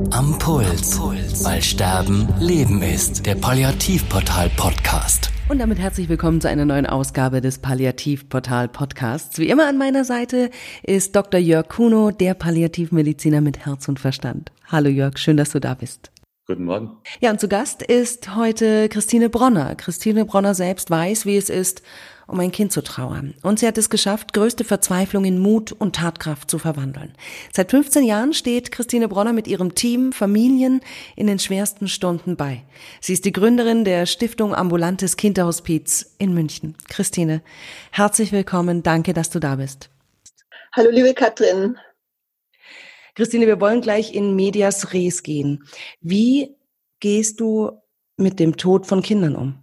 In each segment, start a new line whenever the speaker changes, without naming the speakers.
Am Puls. Weil Sterben Leben ist. Der Palliativportal-Podcast.
Und damit herzlich willkommen zu einer neuen Ausgabe des Palliativportal-Podcasts. Wie immer an meiner Seite ist Dr. Jörg Kuno, der Palliativmediziner mit Herz und Verstand. Hallo Jörg, schön, dass du da bist.
Guten Morgen.
Ja, und zu Gast ist heute Christine Bronner. Christine Bronner selbst weiß, wie es ist, um ein Kind zu trauern. Und sie hat es geschafft, größte Verzweiflung in Mut und Tatkraft zu verwandeln. Seit 15 Jahren steht Christine Bronner mit ihrem Team Familien in den schwersten Stunden bei. Sie ist die Gründerin der Stiftung Ambulantes Kinderhospiz in München. Christine, herzlich willkommen. Danke, dass du da bist.
Hallo, liebe Katrin.
Christine, wir wollen gleich in medias res gehen. Wie gehst du mit dem Tod von Kindern um?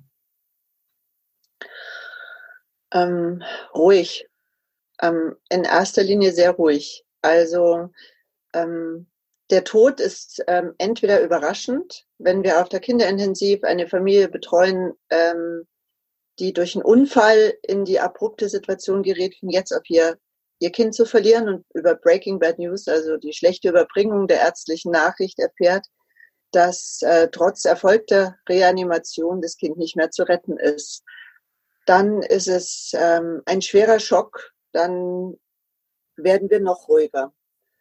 Ruhig. In erster Linie sehr ruhig. Also der Tod ist entweder überraschend, wenn wir auf der Kinderintensiv eine Familie betreuen, die durch einen Unfall in die abrupte Situation gerät, von jetzt auf ihr Kind zu verlieren und über Breaking Bad News, also die schlechte Überbringung der ärztlichen Nachricht, erfährt, dass trotz erfolgter Reanimation das Kind nicht mehr zu retten ist. Dann ist es ein schwerer Schock, dann werden wir noch ruhiger.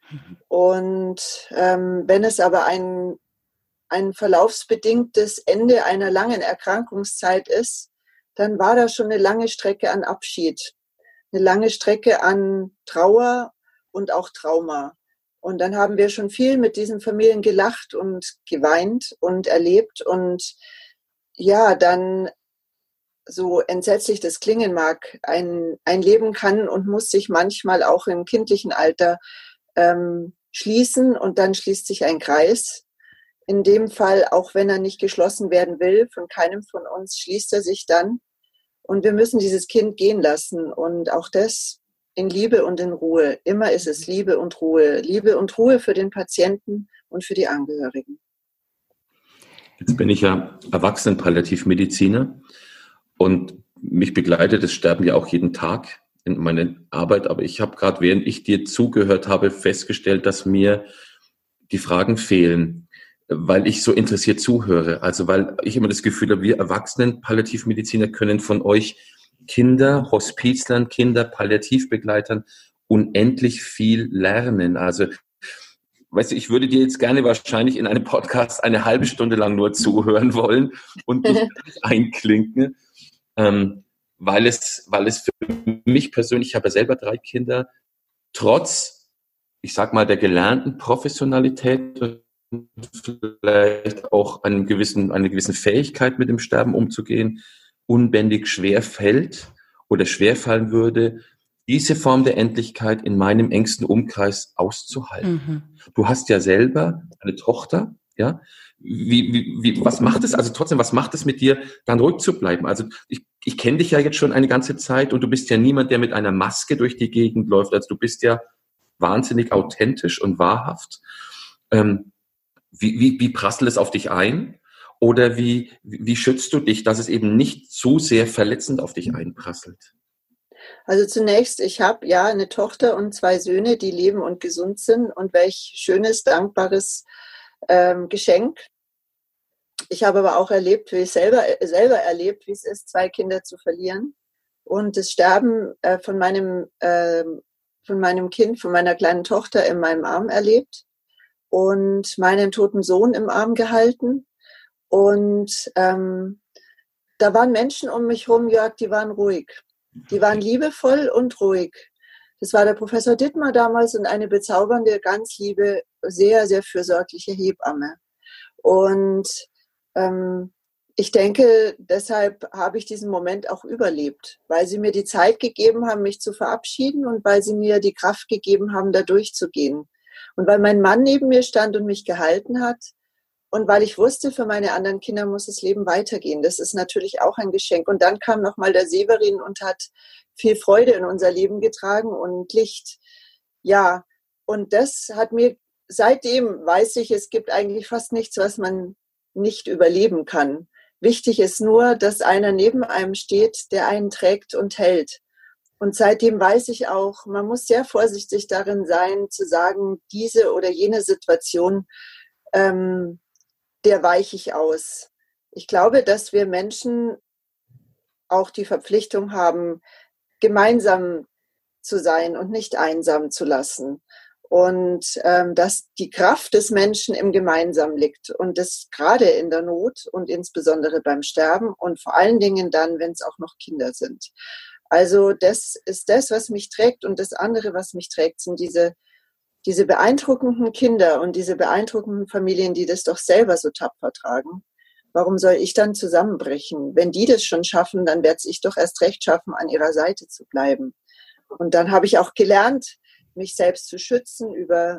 Und wenn es aber ein verlaufsbedingtes Ende einer langen Erkrankungszeit ist, dann war da schon eine lange Strecke an Abschied, eine lange Strecke an Trauer und auch Trauma. Und dann haben wir schon viel mit diesen Familien gelacht und geweint und erlebt. Und ja, dann, so entsetzlich das klingen mag, ein Leben kann und muss sich manchmal auch im kindlichen Alter schließen und dann schließt sich ein Kreis. In dem Fall, auch wenn er nicht geschlossen werden will, von keinem von uns, schließt er sich dann und wir müssen dieses Kind gehen lassen und auch das in Liebe und in Ruhe. Immer ist es Liebe und Ruhe für den Patienten und für die Angehörigen.
Jetzt bin ich ja Erwachsenen-Palliativmediziner und mich begleitet das Sterben ja auch jeden Tag in meiner Arbeit. Aber ich habe gerade, während ich dir zugehört habe, festgestellt, dass mir die Fragen fehlen, weil ich so interessiert zuhöre. Also weil ich immer das Gefühl habe, wir Erwachsenen-Palliativmediziner können von euch Kinder, Hospizlern, Kinder, Palliativbegleitern unendlich viel lernen. Also weißt du, ich würde dir jetzt gerne wahrscheinlich in einem Podcast eine halbe Stunde lang nur zuhören wollen und mich einklinken, weil es für mich persönlich, ich habe ja selber 3 Kinder, trotz, ich sag mal, der gelernten Professionalität und vielleicht auch einer gewissen Fähigkeit mit dem Sterben umzugehen, unbändig schwer fällt oder schwerfallen würde, diese Form der Endlichkeit in meinem engsten Umkreis auszuhalten. Mhm. Du hast ja selber eine Tochter, ja? Was macht es, also trotzdem, was macht es mit dir, dann ruhig zu bleiben? Also ich kenne dich ja jetzt schon eine ganze Zeit und du bist ja niemand, der mit einer Maske durch die Gegend läuft. Also du bist ja wahnsinnig authentisch und wahrhaft. Wie prasselt es auf dich ein? Oder wie schützt du dich, dass es eben nicht zu sehr verletzend auf dich einprasselt?
Also zunächst, ich habe ja eine Tochter und 2 Söhne, die leben und gesund sind. Und welch schönes, dankbares Geschenk. Ich habe aber auch erlebt, wie ich selber erlebt, wie es ist, 2 Kinder zu verlieren. Und das Sterben von meinem Kind, von meiner kleinen Tochter in meinem Arm erlebt und meinen toten Sohn im Arm gehalten. Und da waren Menschen um mich herum, Jörg, die waren ruhig. Die waren liebevoll und ruhig. Das war der Professor Dittmar damals und eine bezaubernde, ganz liebe, sehr, sehr fürsorgliche Hebamme. Und ich denke, deshalb habe ich diesen Moment auch überlebt, weil sie mir die Zeit gegeben haben, mich zu verabschieden und weil sie mir die Kraft gegeben haben, da durchzugehen. Und weil mein Mann neben mir stand und mich gehalten hat und weil ich wusste, für meine anderen Kinder muss das Leben weitergehen. Das ist natürlich auch ein Geschenk. Und dann kam nochmal der Severin und hat viel Freude in unser Leben getragen und Licht. Ja, und das hat mir, seitdem weiß ich, es gibt eigentlich fast nichts, was man nicht überleben kann. Wichtig ist nur, dass einer neben einem steht, der einen trägt und hält. Und seitdem weiß ich auch, man muss sehr vorsichtig darin sein, zu sagen, diese oder jene Situation der weiche ich aus. Ich glaube, dass wir Menschen auch die Verpflichtung haben, gemeinsam zu sein und nicht einsam zu lassen. Und dass die Kraft des Menschen im Gemeinsamen liegt und das gerade in der Not und insbesondere beim Sterben und vor allen Dingen dann, wenn es auch noch Kinder sind. Also das ist das, was mich trägt, und das andere, was mich trägt, sind diese beeindruckenden Kinder und diese beeindruckenden Familien, die das doch selber so tapfer tragen. Warum soll ich dann zusammenbrechen? Wenn die das schon schaffen, dann werde ich doch erst recht schaffen, an ihrer Seite zu bleiben. Und dann habe ich auch gelernt, mich selbst zu schützen über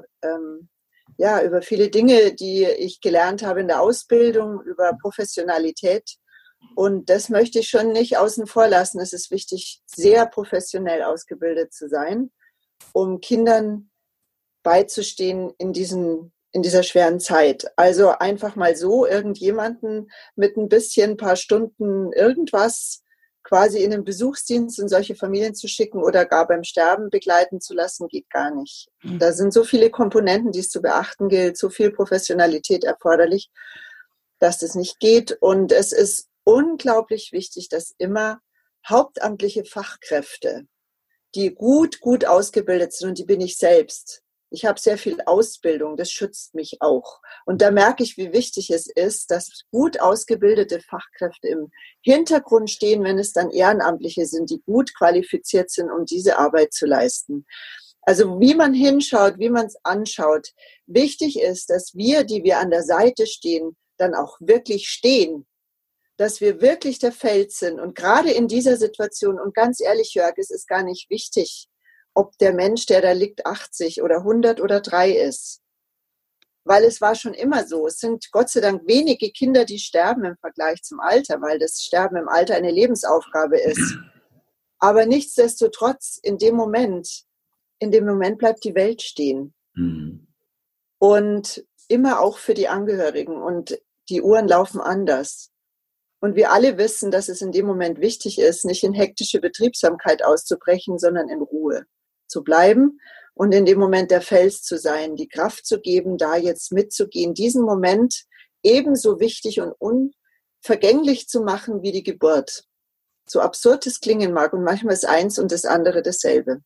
viele Dinge, die ich gelernt habe in der Ausbildung, über Professionalität. Und das möchte ich schon nicht außen vor lassen. Es ist wichtig, sehr professionell ausgebildet zu sein, um Kindern beizustehen in dieser schweren Zeit. Also einfach mal so irgendjemanden mit ein paar Stunden irgendwas quasi in den Besuchsdienst in solche Familien zu schicken oder gar beim Sterben begleiten zu lassen, geht gar nicht. Da sind so viele Komponenten, die es zu beachten gilt, so viel Professionalität erforderlich, dass das nicht geht. Und es ist unglaublich wichtig, dass immer hauptamtliche Fachkräfte, die gut ausgebildet sind, und die bin ich selbst. Ich habe sehr viel Ausbildung, das schützt mich auch. Und da merke ich, wie wichtig es ist, dass gut ausgebildete Fachkräfte im Hintergrund stehen, wenn es dann Ehrenamtliche sind, die gut qualifiziert sind, um diese Arbeit zu leisten. Also wie man hinschaut, wie man es anschaut. Wichtig ist, dass wir, die wir an der Seite stehen, dann auch wirklich stehen. Dass wir wirklich der Fels sind. Und gerade in dieser Situation, und ganz ehrlich, Jörg, es ist gar nicht wichtig, ob der Mensch, der da liegt, 80 oder 100 oder 3 ist. Weil es war schon immer so. Es sind Gott sei Dank wenige Kinder, die sterben im Vergleich zum Alter, weil das Sterben im Alter eine Lebensaufgabe ist. Aber nichtsdestotrotz, in dem Moment bleibt die Welt stehen. Mhm. Und immer auch für die Angehörigen. Und die Uhren laufen anders. Und wir alle wissen, dass es in dem Moment wichtig ist, nicht in hektische Betriebsamkeit auszubrechen, sondern in Ruhe zu bleiben und in dem Moment der Fels zu sein, die Kraft zu geben, da jetzt mitzugehen, diesen Moment ebenso wichtig und unvergänglich zu machen wie die Geburt. So absurd es klingen mag, und manchmal ist eins und das andere dasselbe.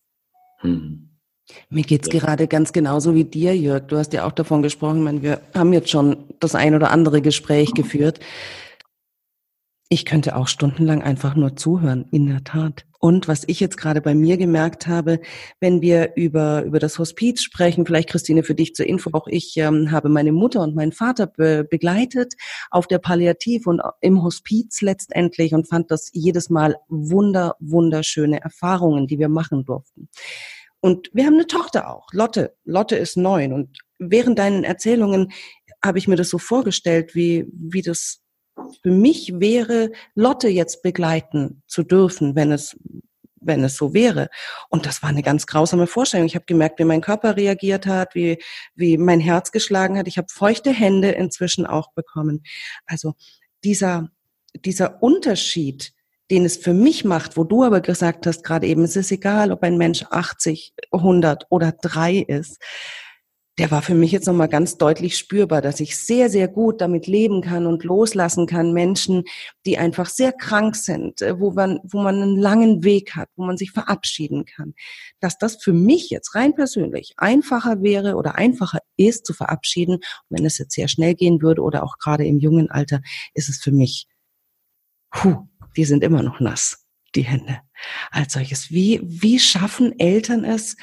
Mir geht's gerade ganz genauso wie dir, Jörg. Du hast ja auch davon gesprochen, ich meine, wir haben jetzt schon das ein oder andere Gespräch geführt. Ich könnte auch stundenlang einfach nur zuhören, in der Tat. Und was ich jetzt gerade bei mir gemerkt habe, wenn wir über das Hospiz sprechen, vielleicht Christine für dich zur Info, auch ich habe meine Mutter und meinen Vater begleitet auf der Palliativ und im Hospiz letztendlich und fand das jedes Mal wunderschöne Erfahrungen, die wir machen durften. Und wir haben eine Tochter auch, Lotte. Lotte ist 9 und während deinen Erzählungen habe ich mir das so vorgestellt, wie das für mich wäre, Lotte jetzt begleiten zu dürfen, wenn es so wäre. Und das war eine ganz grausame Vorstellung. Ich habe gemerkt, wie mein Körper reagiert hat, wie mein Herz geschlagen hat. Ich habe feuchte Hände inzwischen auch bekommen. Also dieser Unterschied, den es für mich macht, wo du aber gesagt hast, gerade eben, es ist egal, ob ein Mensch 80, 100 oder 3 ist, der war für mich jetzt nochmal ganz deutlich spürbar, dass ich sehr, sehr gut damit leben kann und loslassen kann, Menschen, die einfach sehr krank sind, wo man einen langen Weg hat, wo man sich verabschieden kann. Dass das für mich jetzt rein persönlich einfacher wäre oder einfacher ist zu verabschieden. Und wenn es jetzt sehr schnell gehen würde oder auch gerade im jungen Alter, ist es für mich, die sind immer noch nass, die Hände. Als solches, wie schaffen Eltern es,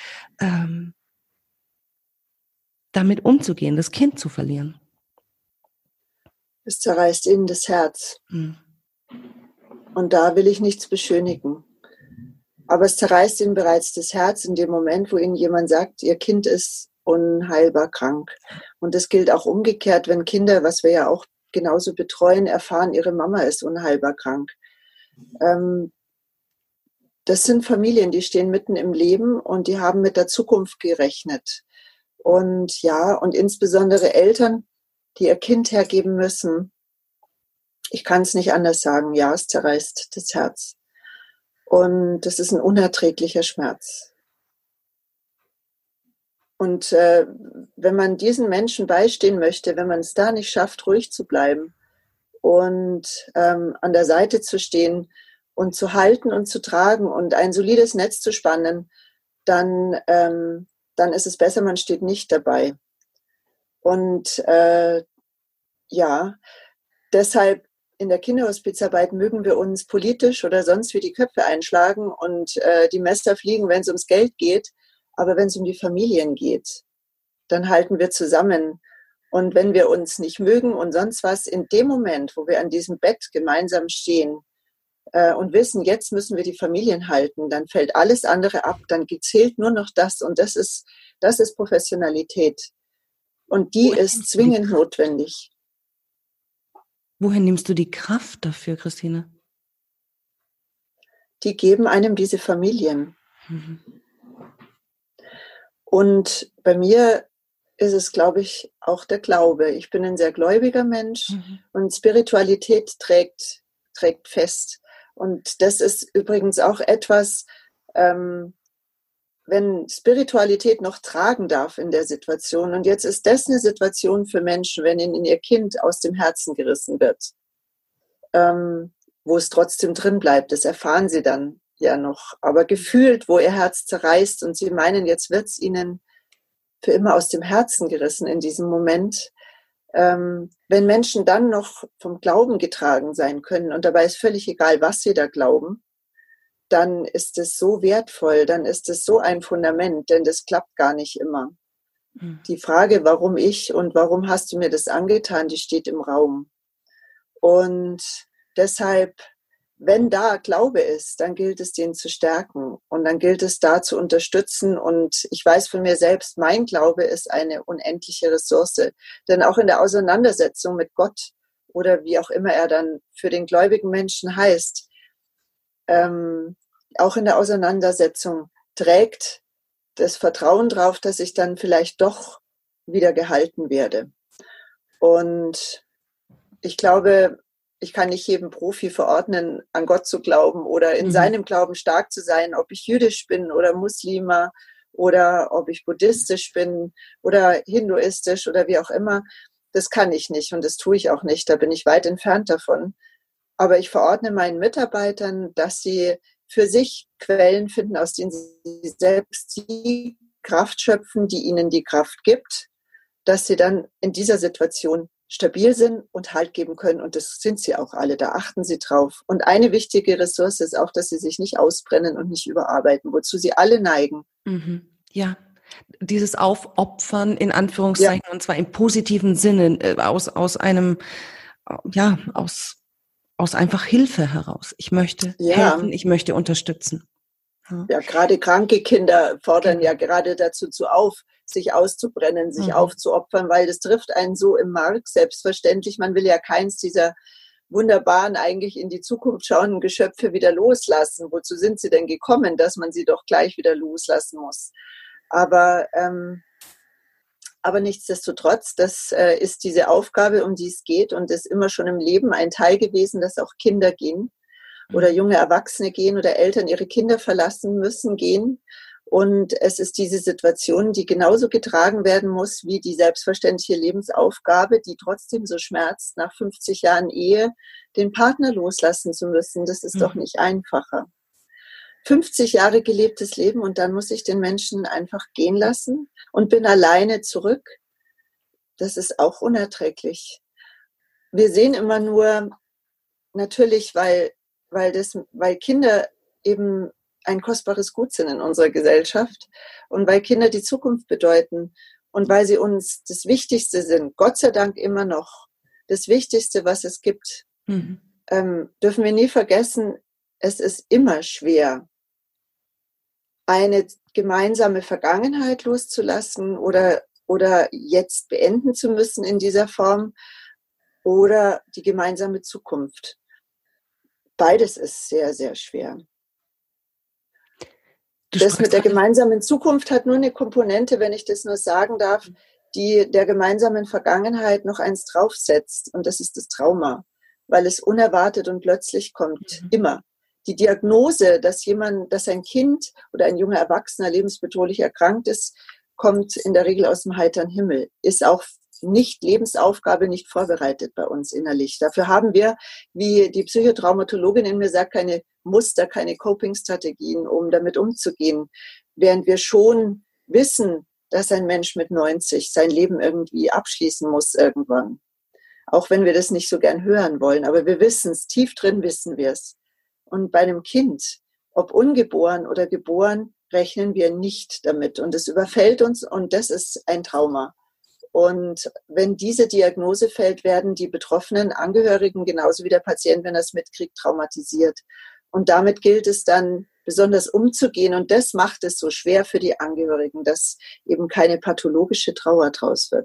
damit umzugehen, das Kind zu verlieren?
Es zerreißt ihnen das Herz. Und da will ich nichts beschönigen. Aber es zerreißt ihnen bereits das Herz in dem Moment, wo ihnen jemand sagt, ihr Kind ist unheilbar krank. Und das gilt auch umgekehrt, wenn Kinder, was wir ja auch genauso betreuen, erfahren, ihre Mama ist unheilbar krank. Das sind Familien, die stehen mitten im Leben und die haben mit der Zukunft gerechnet. Und ja, und insbesondere Eltern, die ihr Kind hergeben müssen. Ich kann es nicht anders sagen. Ja, es zerreißt das Herz. Und das ist ein unerträglicher Schmerz. Und wenn man diesen Menschen beistehen möchte, wenn man es da nicht schafft, ruhig zu bleiben und an der Seite zu stehen und zu halten und zu tragen und ein solides Netz zu spannen, dann ist es besser, man steht nicht dabei. Und deshalb in der Kinderhospizarbeit mögen wir uns politisch oder sonst wie die Köpfe einschlagen und die Messer fliegen, wenn es ums Geld geht. Aber wenn es um die Familien geht, dann halten wir zusammen. Und wenn wir uns nicht mögen und sonst was, in dem Moment, wo wir an diesem Bett gemeinsam stehen und wissen, jetzt müssen wir die Familien halten, dann fällt alles andere ab, dann zählt nur noch das. Und das ist Professionalität. Und die ist zwingend notwendig.
Woher nimmst du die Kraft dafür, Christine?
Die geben einem diese Familien. Und bei mir ist es, glaube ich, auch der Glaube. Ich bin ein sehr gläubiger Mensch und Spiritualität trägt fest. Und das ist übrigens auch etwas, wenn Spiritualität noch tragen darf in der Situation. Und jetzt ist das eine Situation für Menschen, wenn ihnen ihr Kind aus dem Herzen gerissen wird, wo es trotzdem drin bleibt. Das erfahren sie dann ja noch. Aber gefühlt, wo ihr Herz zerreißt und sie meinen, jetzt wird es ihnen für immer aus dem Herzen gerissen in diesem Moment. Wenn Menschen dann noch vom Glauben getragen sein können und dabei ist völlig egal, was sie da glauben, dann ist es so wertvoll, dann ist es so ein Fundament, denn das klappt gar nicht immer. Die Frage, warum ich und warum hast du mir das angetan, die steht im Raum. Und deshalb, wenn da Glaube ist, dann gilt es, den zu stärken und dann gilt es, da zu unterstützen. Und ich weiß von mir selbst, mein Glaube ist eine unendliche Ressource. Denn auch in der Auseinandersetzung mit Gott oder wie auch immer er dann für den gläubigen Menschen heißt, auch in der Auseinandersetzung trägt das Vertrauen drauf, dass ich dann vielleicht doch wieder gehalten werde. Und ich glaube, ich kann nicht jedem Profi verordnen, an Gott zu glauben oder in seinem Glauben stark zu sein, ob ich jüdisch bin oder Muslima oder ob ich buddhistisch bin oder hinduistisch oder wie auch immer. Das kann ich nicht und das tue ich auch nicht. Da bin ich weit entfernt davon. Aber ich verordne meinen Mitarbeitern, dass sie für sich Quellen finden, aus denen sie selbst die Kraft schöpfen, die ihnen die Kraft gibt, dass sie dann in dieser Situation stabil sind und Halt geben können. Und das sind sie auch alle, da achten sie drauf. Und eine wichtige Ressource ist auch, dass sie sich nicht ausbrennen und nicht überarbeiten, wozu sie alle neigen.
Ja, dieses Aufopfern in Anführungszeichen, und zwar im positiven Sinne, aus einfach Hilfe heraus. Ich möchte helfen, ich möchte unterstützen.
Ja, gerade kranke Kinder fordern ja gerade dazu auf, sich auszubrennen, sich aufzuopfern, weil das trifft einen so im Mark, selbstverständlich. Man will ja keins dieser wunderbaren, eigentlich in die Zukunft schauenden Geschöpfe wieder loslassen. Wozu sind sie denn gekommen, dass man sie doch gleich wieder loslassen muss? Aber nichtsdestotrotz, das ist diese Aufgabe, um die es geht und ist immer schon im Leben ein Teil gewesen, dass auch Kinder gehen oder junge Erwachsene gehen oder Eltern ihre Kinder verlassen müssen, gehen. Und es ist diese Situation, die genauso getragen werden muss wie die selbstverständliche Lebensaufgabe, die trotzdem so schmerzt, nach 50 Jahren Ehe den Partner loslassen zu müssen. Das ist doch nicht einfacher. 50 Jahre gelebtes Leben und dann muss ich den Menschen einfach gehen lassen und bin alleine zurück. Das ist auch unerträglich. Wir sehen immer nur, natürlich, weil Kinder eben ein kostbares Gut sind in unserer Gesellschaft und weil Kinder die Zukunft bedeuten und weil sie uns das Wichtigste sind, Gott sei Dank immer noch, das Wichtigste, was es gibt, dürfen wir nie vergessen, es ist immer schwer, eine gemeinsame Vergangenheit loszulassen oder jetzt beenden zu müssen in dieser Form oder die gemeinsame Zukunft. Beides ist sehr, sehr schwer. Das mit der gemeinsamen Zukunft hat nur eine Komponente, wenn ich das nur sagen darf, die der gemeinsamen Vergangenheit noch eins draufsetzt. Und das ist das Trauma, weil es unerwartet und plötzlich kommt, immer. Die Diagnose, dass ein Kind oder ein junger Erwachsener lebensbedrohlich erkrankt ist, kommt in der Regel aus dem heiteren Himmel, ist auch nicht Lebensaufgabe, nicht vorbereitet bei uns innerlich. Dafür haben wir, wie die Psychotraumatologin in mir sagt, keine Muster, keine Coping-Strategien, um damit umzugehen. Während wir schon wissen, dass ein Mensch mit 90 sein Leben irgendwie abschließen muss irgendwann. Auch wenn wir das nicht so gern hören wollen. Aber wir wissen es, tief drin wissen wir es. Und bei einem Kind, ob ungeboren oder geboren, rechnen wir nicht damit. Und es überfällt uns und das ist ein Trauma. Und wenn diese Diagnose fällt, werden die betroffenen Angehörigen genauso wie der Patient, wenn er es mitkriegt, traumatisiert. Und damit gilt es dann besonders umzugehen. Und das macht es so schwer für die Angehörigen, dass eben keine pathologische Trauer draus wird.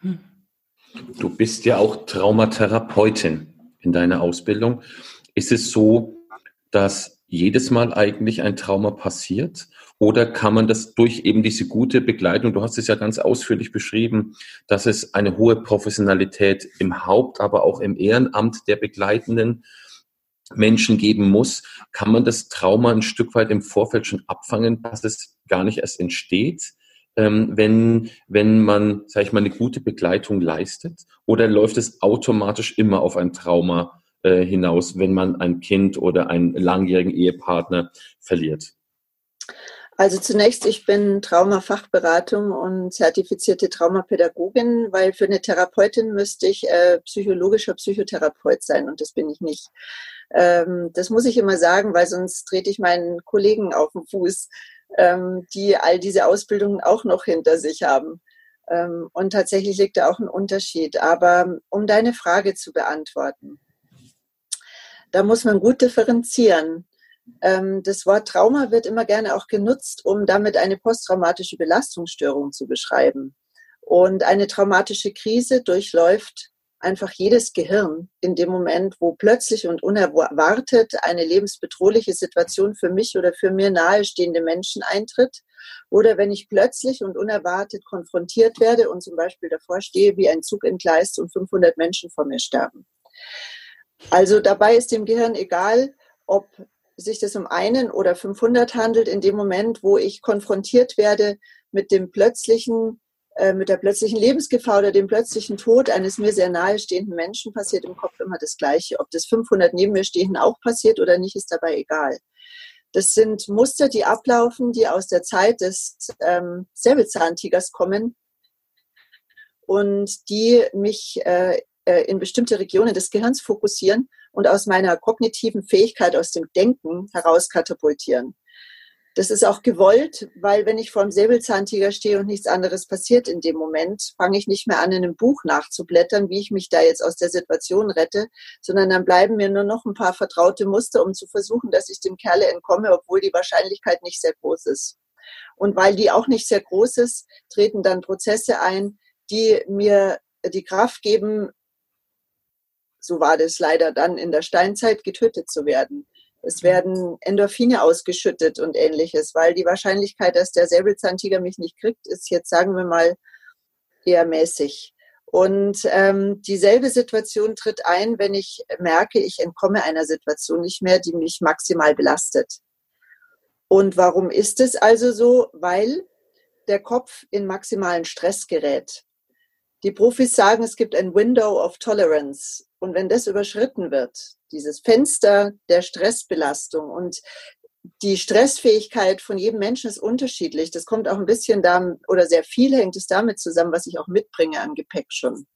Du bist ja auch Traumatherapeutin in deiner Ausbildung. Ist es so, dass jedes Mal eigentlich ein Trauma passiert? Oder kann man das durch eben diese gute Begleitung, du hast es ja ganz ausführlich beschrieben, dass es eine hohe Professionalität im Haupt, aber auch im Ehrenamt der begleitenden Menschen geben muss, kann man das Trauma ein Stück weit im Vorfeld schon abfangen, dass es gar nicht erst entsteht, wenn man, sage ich mal, eine gute Begleitung leistet? Oder läuft es automatisch immer auf ein Trauma hinaus, wenn man ein Kind oder einen langjährigen Ehepartner verliert?
Also zunächst, ich bin Traumafachberatung und zertifizierte Traumapädagogin, weil für eine Therapeutin müsste ich psychologischer Psychotherapeut sein und das bin ich nicht. Das muss ich immer sagen, weil sonst trete ich meinen Kollegen auf den Fuß, die all diese Ausbildungen auch noch hinter sich haben. Und tatsächlich liegt da auch ein Unterschied. Aber um deine Frage zu beantworten, da muss man gut differenzieren. Das Wort Trauma wird immer gerne auch genutzt, um damit eine posttraumatische Belastungsstörung zu beschreiben. Und eine traumatische Krise durchläuft einfach jedes Gehirn in dem Moment, wo plötzlich und unerwartet eine lebensbedrohliche Situation für mich oder für mir nahestehende Menschen eintritt. Oder wenn ich plötzlich und unerwartet konfrontiert werde und zum Beispiel davor stehe, wie ein Zug entgleist und 500 Menschen vor mir sterben. Also dabei ist dem Gehirn egal, ob sich das um 1 oder 500 handelt, in dem Moment, wo ich konfrontiert werde mit der plötzlichen Lebensgefahr oder dem plötzlichen Tod eines mir sehr nahestehenden Menschen, passiert im Kopf immer das Gleiche. Ob das 500 neben mir stehenden auch passiert oder nicht, ist dabei egal. Das sind Muster, die ablaufen, die aus der Zeit des Säbelzahntigers kommen und die mich in bestimmte Regionen des Gehirns fokussieren und aus meiner kognitiven Fähigkeit, aus dem Denken heraus katapultieren. Das ist auch gewollt, weil wenn ich vor dem Säbelzahntiger stehe und nichts anderes passiert in dem Moment, fange ich nicht mehr an, in einem Buch nachzublättern, wie ich mich da jetzt aus der Situation rette, sondern dann bleiben mir nur noch ein paar vertraute Muster, um zu versuchen, dass ich dem Kerle entkomme, obwohl die Wahrscheinlichkeit nicht sehr groß ist. Und weil die auch nicht sehr groß ist, treten dann Prozesse ein, die mir die Kraft geben, so war das leider dann in der Steinzeit, getötet zu werden. Es werden Endorphine ausgeschüttet und Ähnliches, weil die Wahrscheinlichkeit, dass der Säbelzahntiger mich nicht kriegt, ist jetzt, sagen wir mal, eher mäßig. Und dieselbe Situation tritt ein, wenn ich merke, ich entkomme einer Situation nicht mehr, die mich maximal belastet. Und warum ist es also so? Weil der Kopf in maximalen Stress gerät. Die Profis sagen, es gibt ein Window of Tolerance. Und wenn das überschritten wird, dieses Fenster der Stressbelastung und die Stressfähigkeit von jedem Menschen ist unterschiedlich. Das kommt auch ein bisschen damit, oder sehr viel hängt es damit zusammen, was ich auch mitbringe an Gepäck schon.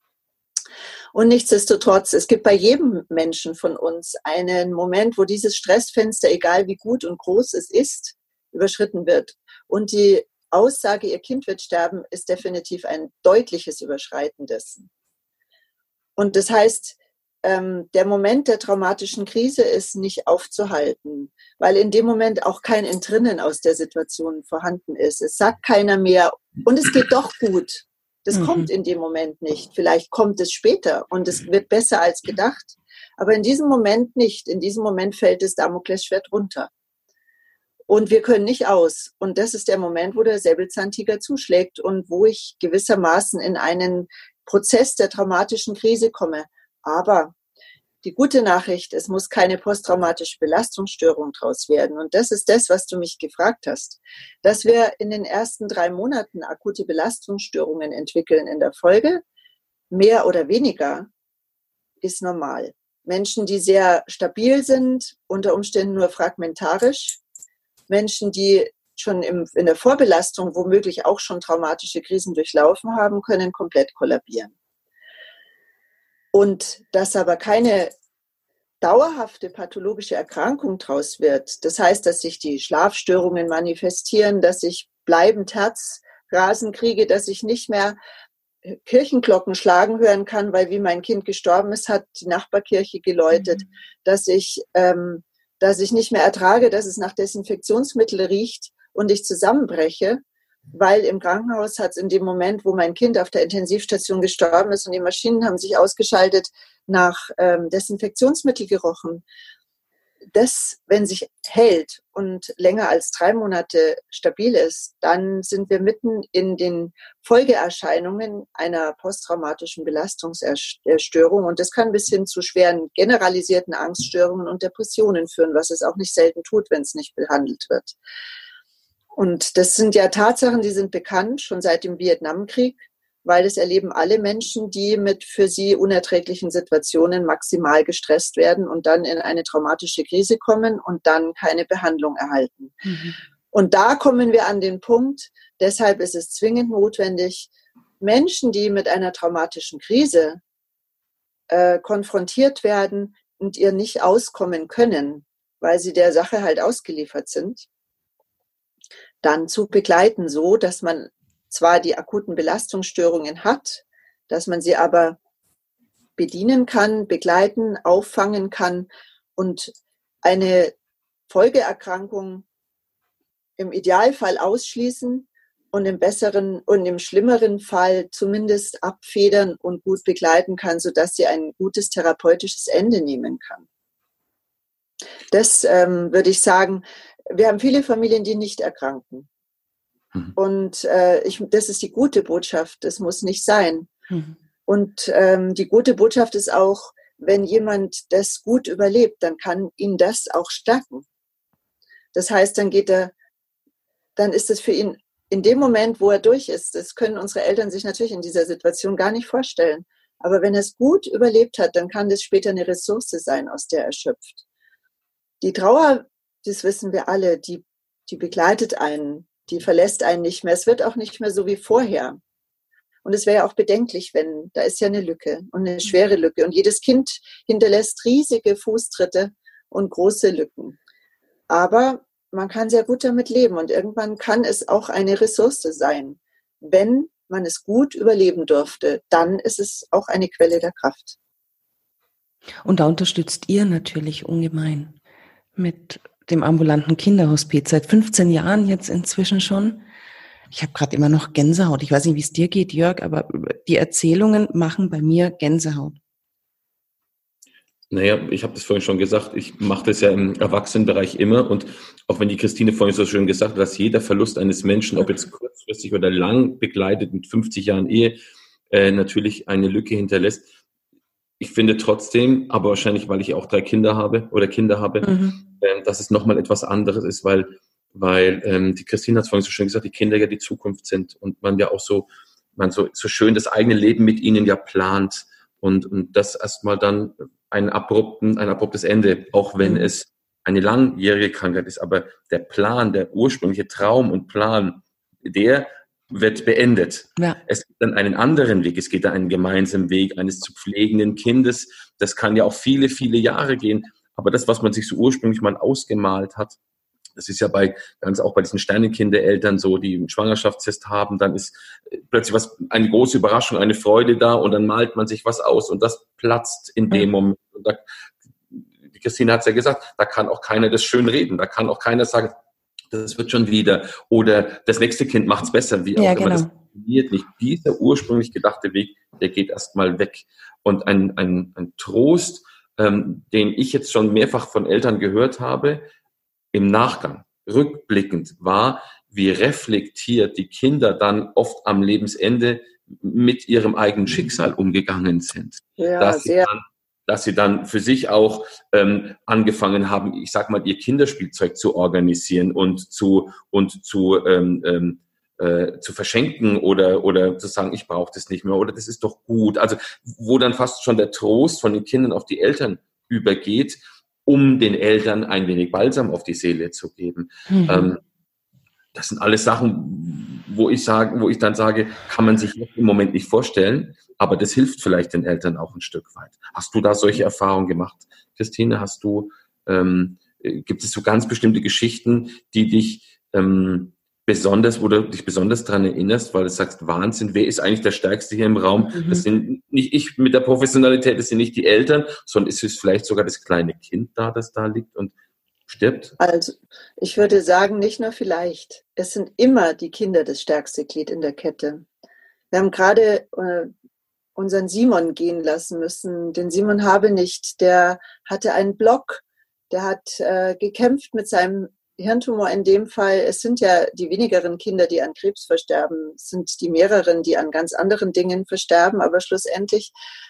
Und nichtsdestotrotz, es gibt bei jedem Menschen von uns einen Moment, wo dieses Stressfenster, egal wie gut und groß es ist, überschritten wird. Und die Aussage, ihr Kind wird sterben, ist definitiv ein deutliches Überschreiten dessen. Und das heißt, der Moment der traumatischen Krise ist nicht aufzuhalten, weil in dem Moment auch kein Entrinnen aus der Situation vorhanden ist. Es sagt keiner mehr, und es geht doch gut. Das kommt in dem Moment nicht. Vielleicht kommt es später und es wird besser als gedacht. Aber in diesem Moment nicht. In diesem Moment fällt das Damoklesschwert runter. Und wir können nicht aus. Und das ist der Moment, wo der Säbelzahntiger zuschlägt und wo ich gewissermaßen in einen Prozess der traumatischen Krise komme. Aber die gute Nachricht, es muss keine posttraumatische Belastungsstörung draus werden. Und das ist das, was du mich gefragt hast. Dass wir in den ersten 3 Monaten akute Belastungsstörungen entwickeln in der Folge, mehr oder weniger, ist normal. Menschen, die sehr stabil sind, unter Umständen nur fragmentarisch. Menschen, die schon in der Vorbelastung womöglich auch schon traumatische Krisen durchlaufen haben, können komplett kollabieren. Und dass aber keine dauerhafte pathologische Erkrankung draus wird, das heißt, dass sich die Schlafstörungen manifestieren, dass ich bleibend Herzrasen kriege, dass ich nicht mehr Kirchenglocken schlagen hören kann, weil wie mein Kind gestorben ist, hat die Nachbarkirche geläutet, dass ich nicht mehr ertrage, dass es nach Desinfektionsmittel riecht und ich zusammenbreche, weil im Krankenhaus hat es in dem Moment, wo mein Kind auf der Intensivstation gestorben ist und die Maschinen haben sich ausgeschaltet, nach Desinfektionsmittel gerochen. Das, wenn sich hält und länger als 3 Monate stabil ist, dann sind wir mitten in den Folgeerscheinungen einer posttraumatischen Belastungsstörung und das kann bis hin zu schweren generalisierten Angststörungen und Depressionen führen, was es auch nicht selten tut, wenn es nicht behandelt wird. Und das sind ja Tatsachen, die sind bekannt, schon seit dem Vietnamkrieg, weil es erleben alle Menschen, die mit für sie unerträglichen Situationen maximal gestresst werden und dann in eine traumatische Krise kommen und dann keine Behandlung erhalten. Und da kommen wir an den Punkt, deshalb ist es zwingend notwendig, Menschen, die mit einer traumatischen Krise konfrontiert werden und ihr nicht auskommen können, weil sie der Sache halt ausgeliefert sind, dann zu begleiten, so dass man zwar die akuten Belastungsstörungen hat, dass man sie aber bedienen kann, begleiten, auffangen kann und eine Folgeerkrankung im Idealfall ausschließen und im besseren und im schlimmeren Fall zumindest abfedern und gut begleiten kann, sodass sie ein gutes therapeutisches Ende nehmen kann. Das würde ich sagen, wir haben viele Familien, die nicht erkranken. Und das ist die gute Botschaft, das muss nicht sein. Und die gute Botschaft ist auch, wenn jemand das gut überlebt, dann kann ihn das auch stärken. Das heißt, dann ist es für ihn in dem Moment, wo er durch ist, das können unsere Eltern sich natürlich in dieser Situation gar nicht vorstellen. Aber wenn er es gut überlebt hat, dann kann das später eine Ressource sein, aus der er schöpft. Die Trauer, das wissen wir alle, die begleitet einen, die verlässt einen nicht mehr. Es wird auch nicht mehr so wie vorher. Und es wäre ja auch bedenklich, wenn, da ist ja eine Lücke und eine schwere Lücke. Und jedes Kind hinterlässt riesige Fußtritte und große Lücken. Aber man kann sehr gut damit leben und irgendwann kann es auch eine Ressource sein. Wenn man es gut überleben durfte, dann ist es auch eine Quelle der Kraft.
Und da unterstützt ihr natürlich ungemein mit dem ambulanten Kinderhospiz. Seit 15 Jahren jetzt inzwischen schon. Ich habe gerade immer noch Gänsehaut. Ich weiß nicht, wie es dir geht, Jörg, aber die Erzählungen machen bei mir Gänsehaut.
Naja, ich habe das vorhin schon gesagt, ich mache das ja im Erwachsenenbereich immer und auch wenn die Christine vorhin so schön gesagt hat, dass jeder Verlust eines Menschen, ob jetzt kurzfristig oder lang begleitet mit 50 Jahren Ehe, natürlich eine Lücke hinterlässt. Ich finde trotzdem, aber wahrscheinlich, weil ich auch 3 Kinder habe, dass es nochmal etwas anderes ist, weil die Christine hat es vorhin so schön gesagt, die Kinder ja die Zukunft sind und man ja auch so schön das eigene Leben mit ihnen ja plant und das erstmal dann ein abruptes Ende, auch wenn es eine langjährige Krankheit ist, aber der Plan, der ursprüngliche Traum und Plan, der wird beendet. Ja. Es gibt dann einen anderen Weg, es geht dann einen gemeinsamen Weg eines zu pflegenden Kindes, das kann ja auch viele, viele Jahre gehen, aber das, was man sich so ursprünglich mal ausgemalt hat, das ist ja auch bei diesen Sternenkindereltern so, die einen Schwangerschaftstest haben, dann ist plötzlich eine große Überraschung, eine Freude da und dann malt man sich was aus und das platzt in dem Moment. Und die Christine hat es ja gesagt, da kann auch keiner das schön reden, da kann auch keiner sagen, das wird schon wieder oder das nächste Kind macht es besser, wie auch immer. Genau. Das funktioniert nicht. Dieser ursprünglich gedachte Weg, der geht erstmal weg. Und ein Trost, den ich jetzt schon mehrfach von Eltern gehört habe, im Nachgang, rückblickend war, wie reflektiert die Kinder dann oft am Lebensende mit ihrem eigenen Schicksal umgegangen sind.
Ja,
dass sie dann dass sie dann für sich auch angefangen haben, ich sag mal, ihr Kinderspielzeug zu organisieren und zu verschenken oder zu sagen, ich brauche das nicht mehr oder das ist doch gut. Also wo dann fast schon der Trost von den Kindern auf die Eltern übergeht, um den Eltern ein wenig Balsam auf die Seele zu geben. Das sind alles Sachen, wo ich dann sage, kann man sich im Moment nicht vorstellen, aber das hilft vielleicht den Eltern auch ein Stück weit. Hast du da solche Erfahrungen gemacht, Christine? Gibt es so ganz bestimmte Geschichten, die dich wo du dich besonders daran erinnerst, weil du sagst, Wahnsinn, wer ist eigentlich der Stärkste hier im Raum? Das sind nicht ich mit der Professionalität, das sind nicht die Eltern, sondern es ist vielleicht sogar das kleine Kind da, das da liegt und stirbt?
Also, ich würde sagen, nicht nur vielleicht. Es sind immer die Kinder das stärkste Glied in der Kette. Wir haben gerade unseren Simon gehen lassen müssen. Den Simon Habenicht, der hatte einen Block, der hat gekämpft mit seinem Hirntumor in dem Fall. Es sind ja die wenigeren Kinder, die an Krebs versterben, es sind die mehreren, die an ganz anderen Dingen versterben, aber schlussendlich,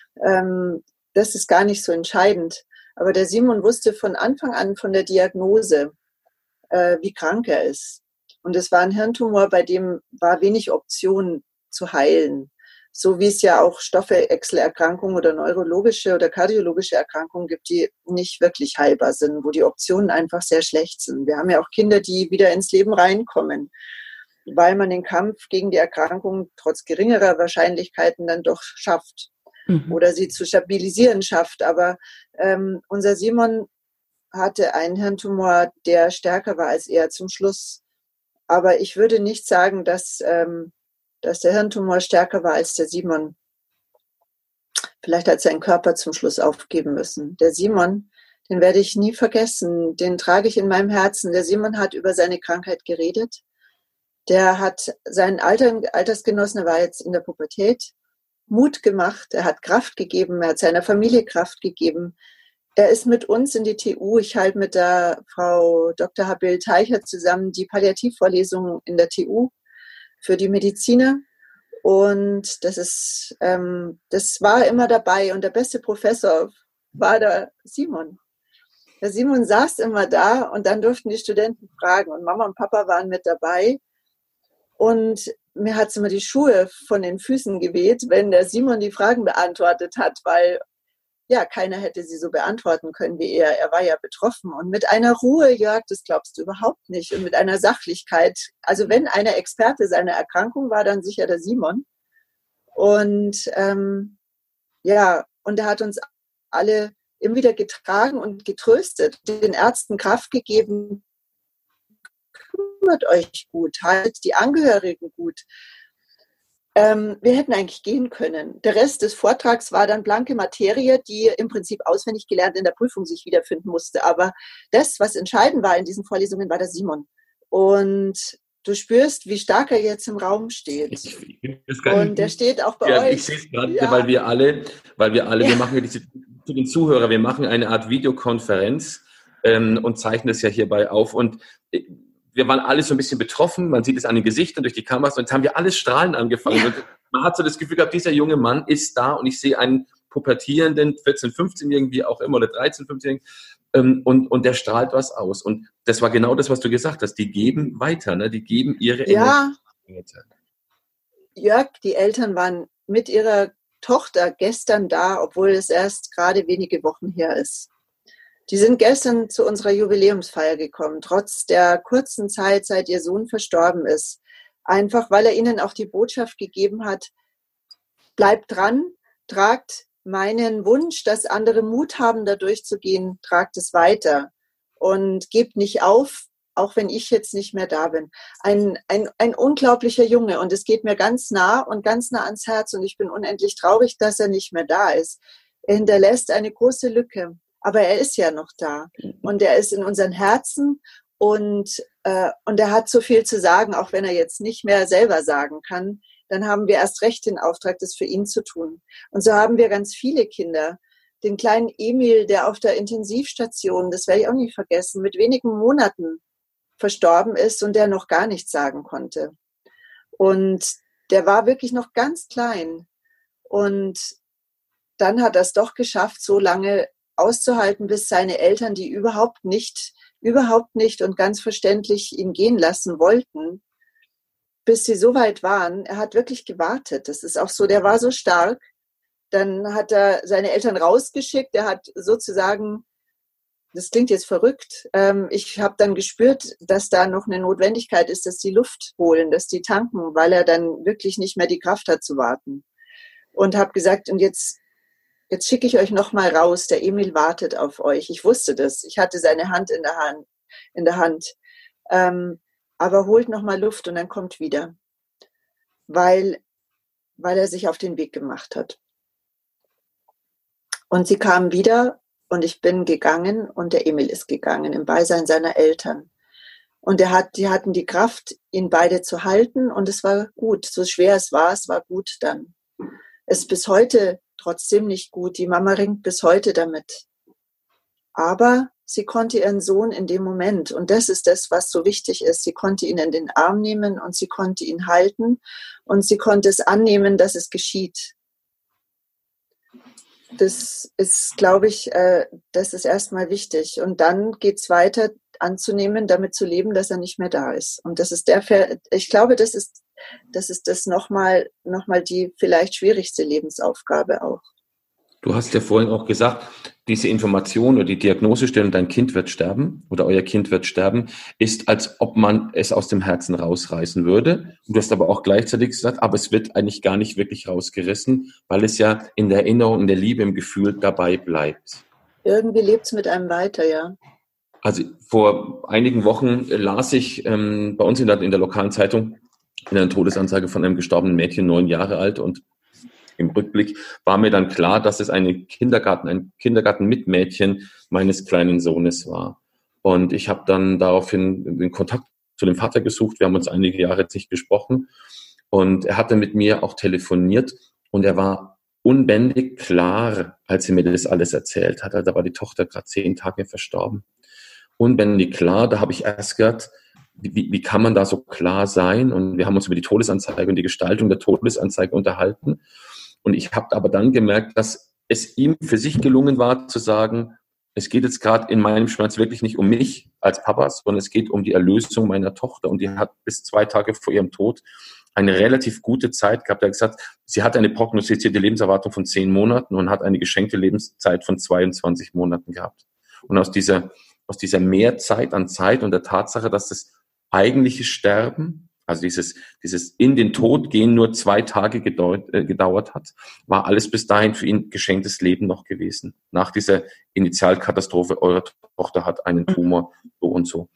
das ist gar nicht so entscheidend. Aber der Simon wusste von Anfang an von der Diagnose, wie krank er ist. Und es war ein Hirntumor, bei dem war wenig Option zu heilen. So wie es ja auch Stoffwechselerkrankungen oder neurologische oder kardiologische Erkrankungen gibt, die nicht wirklich heilbar sind, wo die Optionen einfach sehr schlecht sind. Wir haben ja auch Kinder, die wieder ins Leben reinkommen, weil man den Kampf gegen die Erkrankung trotz geringerer Wahrscheinlichkeiten dann doch schafft oder sie zu stabilisieren schafft. Aber unser Simon hatte einen Hirntumor, der stärker war als er zum Schluss. Aber ich würde nicht sagen, dass der Hirntumor stärker war als der Simon. Vielleicht hat sein Körper zum Schluss aufgeben müssen. Der Simon, den werde ich nie vergessen, den trage ich in meinem Herzen. Der Simon hat über seine Krankheit geredet. Der hat seinen Altersgenossen, er war jetzt in der Pubertät, Mut gemacht, er hat Kraft gegeben, er hat seiner Familie Kraft gegeben. Er ist mit uns in die TU, ich halte mit der Frau Dr. Habil Teicher zusammen die Palliativvorlesungen in der TU für die Mediziner. Und das war immer dabei. Und der beste Professor war der Simon. Der Simon saß immer da und dann durften die Studenten fragen. Und Mama und Papa waren mit dabei. Und mir hat es immer die Schuhe von den Füßen geweht, wenn der Simon die Fragen beantwortet hat, weil ja, keiner hätte sie so beantworten können wie er. Er war ja betroffen. Und mit einer Ruhe, Jörg, das glaubst du überhaupt nicht. Und mit einer Sachlichkeit. Also wenn einer Experte seiner Erkrankung war, dann sicher der Simon. Und und er hat uns alle immer wieder getragen und getröstet, den Ärzten Kraft gegeben. Kümmert euch gut, haltet die Angehörigen gut. Wir hätten eigentlich gehen können. Der Rest des Vortrags war dann blanke Materie, die im Prinzip auswendig gelernt in der Prüfung sich wiederfinden musste. Aber das, was entscheidend war in diesen Vorlesungen, war der Simon. Und du spürst, wie stark er jetzt im Raum steht. Und der steht auch bei euch.
Ich sehe es gerade, weil wir alle, wir machen ja für den Zuhörer, wir machen eine Art Videokonferenz und zeichnen es ja hierbei auf. Und wir waren alle so ein bisschen betroffen, man sieht es an den Gesichtern durch die Kameras und jetzt haben wir alles strahlen angefangen. Ja. Und man hat so das Gefühl gehabt, dieser junge Mann ist da und ich sehe einen pubertierenden 14-, 15-Jährigen, wie auch immer, oder 13-, 15-Jährigen und der strahlt was aus. Und das war genau das, was du gesagt hast. Die geben weiter, ne? Die geben ihre Energie weiter.
Jörg, die Eltern waren mit ihrer Tochter gestern da, obwohl es erst gerade wenige Wochen her ist. Die sind gestern zu unserer Jubiläumsfeier gekommen, trotz der kurzen Zeit, seit ihr Sohn verstorben ist. Einfach, weil er ihnen auch die Botschaft gegeben hat, bleibt dran, tragt meinen Wunsch, dass andere Mut haben, da durchzugehen, tragt es weiter und gebt nicht auf, auch wenn ich jetzt nicht mehr da bin. Ein unglaublicher Junge und es geht mir ganz nah und ganz nah ans Herz und ich bin unendlich traurig, dass er nicht mehr da ist. Er hinterlässt eine große Lücke. Aber er ist ja noch da und er ist in unseren Herzen und er hat so viel zu sagen, auch wenn er jetzt nicht mehr selber sagen kann, dann haben wir erst recht den Auftrag, das für ihn zu tun. Und so haben wir ganz viele Kinder. Den kleinen Emil, der auf der Intensivstation, das werde ich auch nicht vergessen, mit wenigen Monaten verstorben ist und der noch gar nichts sagen konnte. Und der war wirklich noch ganz klein und dann hat er es doch geschafft, so lange auszuhalten, bis seine Eltern, die überhaupt nicht und ganz verständlich ihn gehen lassen wollten, bis sie so weit waren. Er hat wirklich gewartet. Das ist auch so, der war so stark. Dann hat er seine Eltern rausgeschickt. Er hat sozusagen, das klingt jetzt verrückt, ich habe dann gespürt, dass da noch eine Notwendigkeit ist, dass die Luft holen, dass die tanken, weil er dann wirklich nicht mehr die Kraft hat zu warten. Und habe gesagt, und jetzt schicke ich euch noch mal raus. Der Emil wartet auf euch. Ich wusste das. Ich hatte seine Hand in der Hand. Aber holt noch mal Luft und dann kommt wieder. Weil er sich auf den Weg gemacht hat. Und sie kamen wieder und ich bin gegangen und der Emil ist gegangen im Beisein seiner Eltern. Und die hatten die Kraft, ihn beide zu halten und es war gut. So schwer es war gut dann. Es ist bis heute trotzdem nicht gut. Die Mama ringt bis heute damit. Aber sie konnte ihren Sohn in dem Moment, und das ist das, was so wichtig ist, sie konnte ihn in den Arm nehmen und sie konnte ihn halten und sie konnte es annehmen, dass es geschieht. Das ist, glaube ich, das ist erstmal wichtig. Und dann geht es weiter, anzunehmen, damit zu leben, dass er nicht mehr da ist. Und das ist ich glaube, das ist das nochmal die vielleicht schwierigste Lebensaufgabe auch.
Du hast ja vorhin auch gesagt, diese Information oder die Diagnosestellung, dein Kind wird sterben oder euer Kind wird sterben, ist, als ob man es aus dem Herzen rausreißen würde. Und du hast aber auch gleichzeitig gesagt, aber es wird eigentlich gar nicht wirklich rausgerissen, weil es ja in der Erinnerung, in der Liebe, im Gefühl dabei bleibt.
Irgendwie lebt es mit einem weiter, ja.
Also vor einigen Wochen las ich bei uns in der lokalen Zeitung eine Todesanzeige von einem gestorbenen Mädchen, 9 Jahre alt, und im Rückblick war mir dann klar, dass es ein Kindergartenmitmädchen meines kleinen Sohnes war. Und ich habe dann daraufhin den Kontakt zu dem Vater gesucht. Wir haben uns einige Jahre jetzt nicht gesprochen. Und er hatte mit mir auch telefoniert und er war unbändig klar, als er mir das alles erzählt hat. Da war die Tochter gerade 10 Tage verstorben. Unbändig klar, da habe ich erst gehört, wie kann man da so klar sein? Und wir haben uns über die Todesanzeige und die Gestaltung der Todesanzeige unterhalten. Und ich habe aber dann gemerkt, dass es ihm für sich gelungen war, zu sagen, es geht jetzt gerade in meinem Schmerz wirklich nicht um mich als Papa, sondern es geht um die Erlösung meiner Tochter. Und die hat bis 2 Tage vor ihrem Tod eine relativ gute Zeit gehabt. Er hat gesagt, sie hat eine prognostizierte Lebenserwartung von 10 Monaten und hat eine geschenkte Lebenszeit von 22 Monaten gehabt. Und aus dieser Mehrzeit an Zeit und der Tatsache, dass das eigentliche Sterben, also dieses in den Tod gehen nur 2 Tage gedauert hat, war alles bis dahin für ihn geschenktes Leben noch gewesen. Nach dieser Initialkatastrophe, eure Tochter hat einen Tumor, so und so.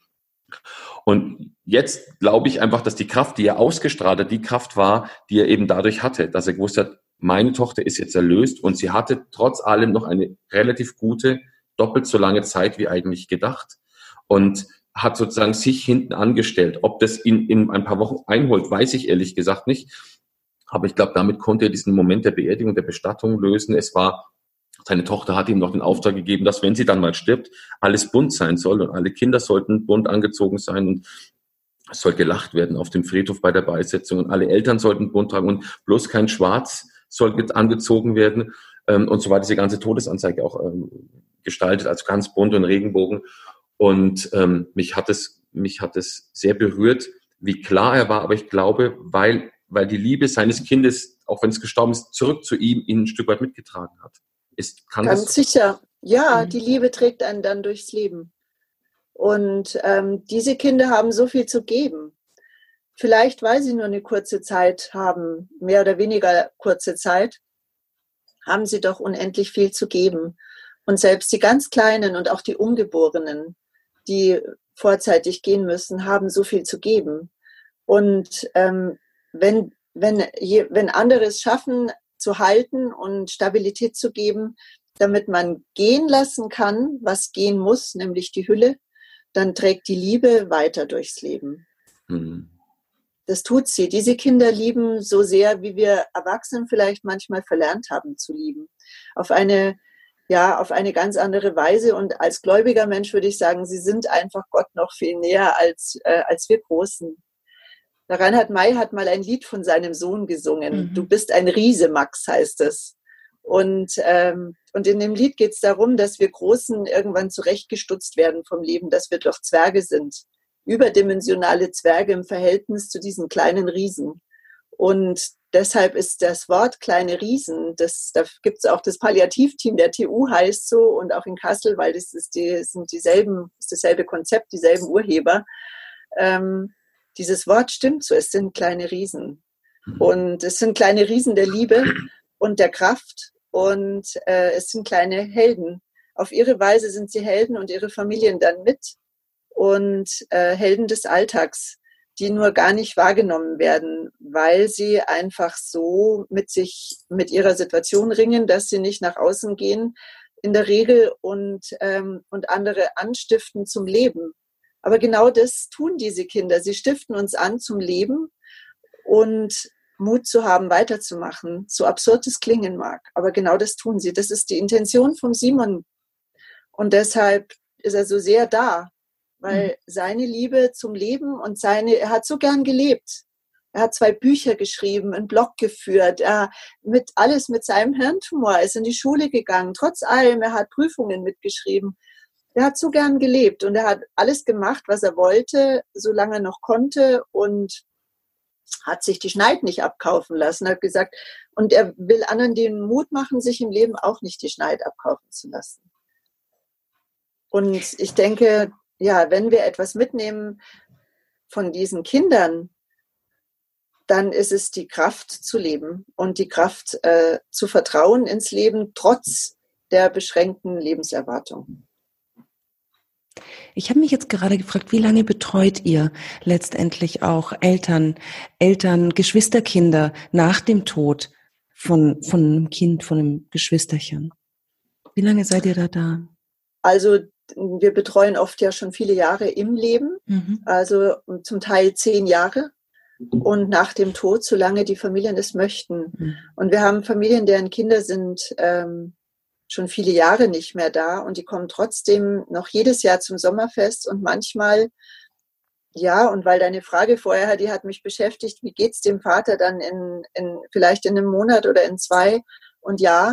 Und jetzt glaube ich einfach, dass die Kraft, die er ausgestrahlt hat, die Kraft war, die er eben dadurch hatte, dass er gewusst hat, meine Tochter ist jetzt erlöst und sie hatte trotz allem noch eine relativ gute, doppelt so lange Zeit wie eigentlich gedacht. Und hat sozusagen sich hinten angestellt. Ob das ihn in ein paar Wochen einholt, weiß ich ehrlich gesagt nicht. Aber ich glaube, damit konnte er diesen Moment der Beerdigung, der Bestattung lösen. Seine Tochter hat ihm noch den Auftrag gegeben, dass, wenn sie dann mal stirbt, alles bunt sein soll und alle Kinder sollten bunt angezogen sein und es soll gelacht werden auf dem Friedhof bei der Beisetzung und alle Eltern sollten bunt tragen und bloß kein Schwarz soll angezogen werden. Und so war diese ganze Todesanzeige auch gestaltet, also ganz bunt und Regenbogen. Und mich hat es sehr berührt, wie klar er war. Aber ich glaube, weil die Liebe seines Kindes, auch wenn es gestorben ist, zurück zu ihm, ihn ein Stück weit mitgetragen hat.
Ganz sicher. Ja, die Liebe trägt einen dann durchs Leben. Und diese Kinder haben so viel zu geben. Vielleicht, weil sie nur eine kurze Zeit haben, mehr oder weniger kurze Zeit, haben sie doch unendlich viel zu geben. Und selbst die ganz Kleinen und auch die Ungeborenen, die vorzeitig gehen müssen, haben so viel zu geben. Und wenn andere es schaffen, zu halten und Stabilität zu geben, damit man gehen lassen kann, was gehen muss, nämlich die Hülle, dann trägt die Liebe weiter durchs Leben. Mhm. Das tut sie. Diese Kinder lieben so sehr, wie wir Erwachsenen vielleicht manchmal verlernt haben zu lieben. Auf eine ganz andere Weise. Und als gläubiger Mensch würde ich sagen, sie sind einfach Gott noch viel näher als wir Großen. Der Reinhard May hat mal ein Lied von seinem Sohn gesungen. Mhm. Du bist ein Riese, Max, heißt es. Und in dem Lied geht es darum, dass wir Großen irgendwann zurechtgestutzt werden vom Leben, dass wir doch Zwerge sind. Überdimensionale Zwerge im Verhältnis zu diesen kleinen Riesen. Und deshalb ist das Wort kleine Riesen, da gibt es auch das Palliativteam der TU, heißt so, und auch in Kassel, weil das ist dasselbe Konzept, dieselben Urheber. Dieses Wort stimmt so, es sind kleine Riesen. Und es sind kleine Riesen der Liebe und der Kraft. Und es sind kleine Helden. Auf ihre Weise sind sie Helden und ihre Familien dann mit. Und Helden des Alltags, die nur gar nicht wahrgenommen werden, weil sie einfach so mit ihrer Situation ringen, dass sie nicht nach außen gehen in der Regel und andere anstiften zum Leben. Aber genau das tun diese Kinder. Sie stiften uns an zum Leben und Mut zu haben, weiterzumachen, so absurd es klingen mag. Aber genau das tun sie. Das ist die Intention von Simon. Und deshalb ist er so sehr da, weil seine Liebe zum Leben und er hat so gern gelebt. Er hat 2 Bücher geschrieben, einen Blog geführt, mit seinem Hirntumor, er ist in die Schule gegangen, trotz allem, er hat Prüfungen mitgeschrieben. Er hat so gern gelebt und er hat alles gemacht, was er wollte, solange er noch konnte und hat sich die Schneid nicht abkaufen lassen, hat gesagt, und er will anderen den Mut machen, sich im Leben auch nicht die Schneid abkaufen zu lassen. Und ich denke, ja, wenn wir etwas mitnehmen von diesen Kindern, dann ist es die Kraft zu leben und die Kraft zu vertrauen ins Leben, trotz der beschränkten Lebenserwartung.
Ich habe mich jetzt gerade gefragt, wie lange betreut ihr letztendlich auch Eltern, Geschwisterkinder nach dem Tod von einem Kind, von einem Geschwisterchen? Wie lange seid ihr da?
Also wir betreuen oft ja schon viele Jahre im Leben, also zum Teil 10 Jahre und nach dem Tod, solange die Familien es möchten. Und wir haben Familien, deren Kinder sind schon viele Jahre nicht mehr da und die kommen trotzdem noch jedes Jahr zum Sommerfest und manchmal, ja, und weil deine Frage vorher, die hat mich beschäftigt, wie geht's dem Vater dann vielleicht in einem Monat oder in 2? Und ja,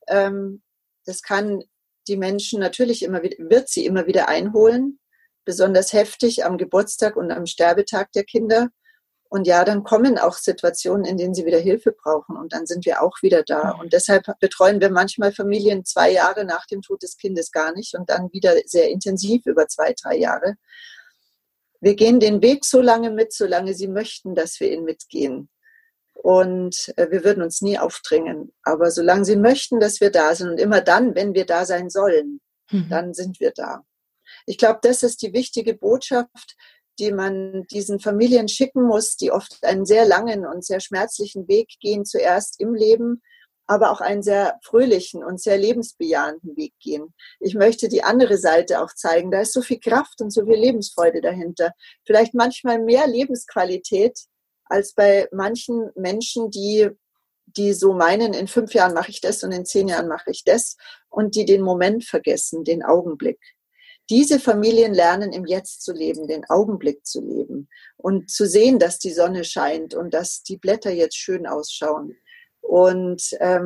das kann die Menschen natürlich wird sie immer wieder einholen, besonders heftig am Geburtstag und am Sterbetag der Kinder. Und ja, dann kommen auch Situationen, in denen sie wieder Hilfe brauchen und dann sind wir auch wieder da. Und deshalb betreuen wir manchmal Familien 2 Jahre nach dem Tod des Kindes gar nicht und dann wieder sehr intensiv über 2, 3 Jahre. Wir gehen den Weg so lange mit, solange sie möchten, dass wir ihn mitgehen. Und wir würden uns nie aufdrängen. Aber solange sie möchten, dass wir da sind und immer dann, wenn wir da sein sollen, dann sind wir da. Ich glaube, das ist die wichtige Botschaft, die man diesen Familien schicken muss, die oft einen sehr langen und sehr schmerzlichen Weg gehen, zuerst im Leben, aber auch einen sehr fröhlichen und sehr lebensbejahenden Weg gehen. Ich möchte die andere Seite auch zeigen. Da ist so viel Kraft und so viel Lebensfreude dahinter. Vielleicht manchmal mehr Lebensqualität als bei manchen Menschen, die so meinen, in 5 Jahren mache ich das und in 10 Jahren mache ich das und die den Moment vergessen, den Augenblick. Diese Familien lernen, im Jetzt zu leben, den Augenblick zu leben und zu sehen, dass die Sonne scheint und dass die Blätter jetzt schön ausschauen. Und